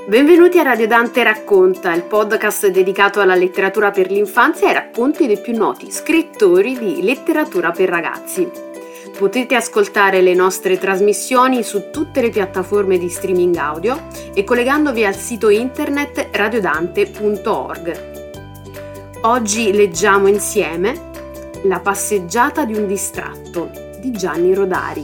Benvenuti a Radio Dante Racconta, il podcast dedicato alla letteratura per l'infanzia e ai racconti dei più noti scrittori di letteratura per ragazzi. Potete ascoltare le nostre trasmissioni su tutte le piattaforme di streaming audio e collegandovi al sito internet radiodante.org. Oggi leggiamo insieme La passeggiata di un distratto di Gianni Rodari.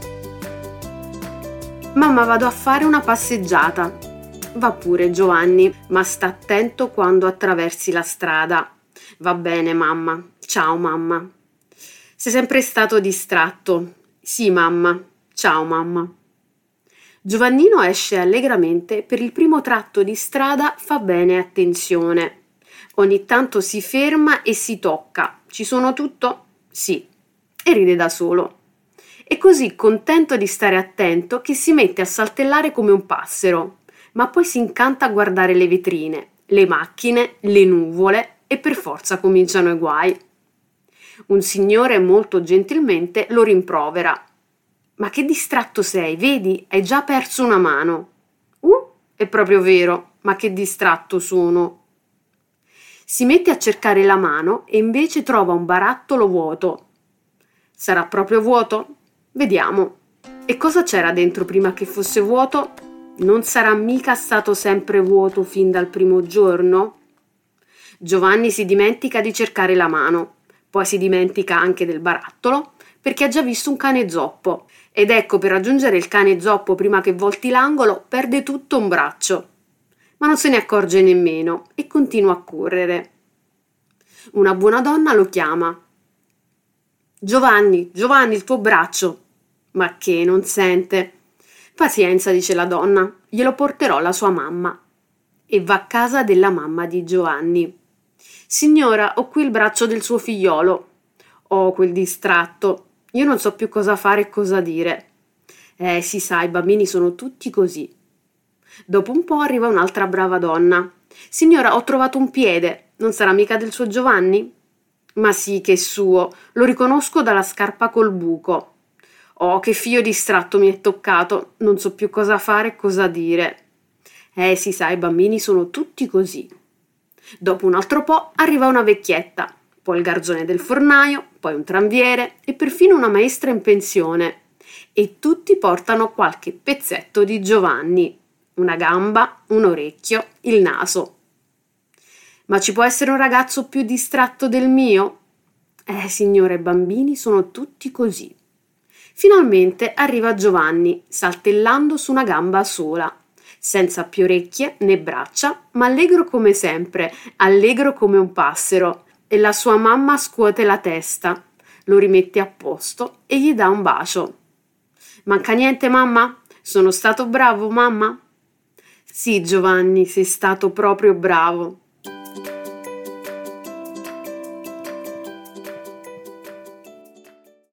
Mamma, vado a fare una passeggiata. Va pure, Giovanni, ma sta attento quando attraversi la strada. Va bene, mamma. Ciao, mamma. Sei sempre stato distratto. Sì, mamma. Ciao, mamma. Giovannino esce allegramente per il primo tratto di strada, fa bene attenzione. Ogni tanto si ferma e si tocca. Ci sono tutto? Sì. E ride da solo. È così contento di stare attento che si mette a saltellare come un passero. Ma poi si incanta a guardare le vetrine, le macchine, le nuvole e per forza cominciano i guai. Un signore molto gentilmente lo rimprovera. Ma che distratto sei, vedi? Hai già perso una mano. È proprio vero, ma che distratto sono. Si mette a cercare la mano e invece trova un barattolo vuoto. Sarà proprio vuoto? Vediamo. E cosa c'era dentro prima che fosse vuoto? Non sarà mica stato sempre vuoto fin dal primo giorno? Giovanni si dimentica di cercare la mano, poi si dimentica anche del barattolo, perché ha già visto un cane zoppo. Ed ecco, per raggiungere il cane zoppo prima che volti l'angolo, perde tutto un braccio. Ma non se ne accorge nemmeno e continua a correre. Una buona donna lo chiama. Giovanni, il tuo braccio. Ma che, non sente? Pazienza, dice la donna, glielo porterò la sua mamma. E va a casa della mamma di Giovanni. Signora, ho qui il braccio del suo figliolo. Oh, quel distratto. Io non so più cosa fare e cosa dire. Si sa, i bambini sono tutti così. Dopo un po' arriva un'altra brava donna. Signora, ho trovato un piede. Non sarà mica del suo Giovanni? Ma sì, che è suo. Lo riconosco dalla scarpa col buco. Oh, che figlio distratto mi è toccato, non so più cosa fare e cosa dire. Si sa, i bambini sono tutti così. Dopo un altro po' arriva una vecchietta, poi il garzone del fornaio, poi un tranviere e perfino una maestra in pensione. E tutti portano qualche pezzetto di Giovanni, una gamba, un orecchio, il naso. Ma ci può essere un ragazzo più distratto del mio? Signore, i bambini sono tutti così. Finalmente arriva Giovanni, saltellando su una gamba sola, senza più orecchie né braccia, ma allegro come sempre, allegro come un passero, e la sua mamma scuote la testa, lo rimette a posto e gli dà un bacio. Manca niente, mamma? Sono stato bravo, mamma? Sì, Giovanni, sei stato proprio bravo.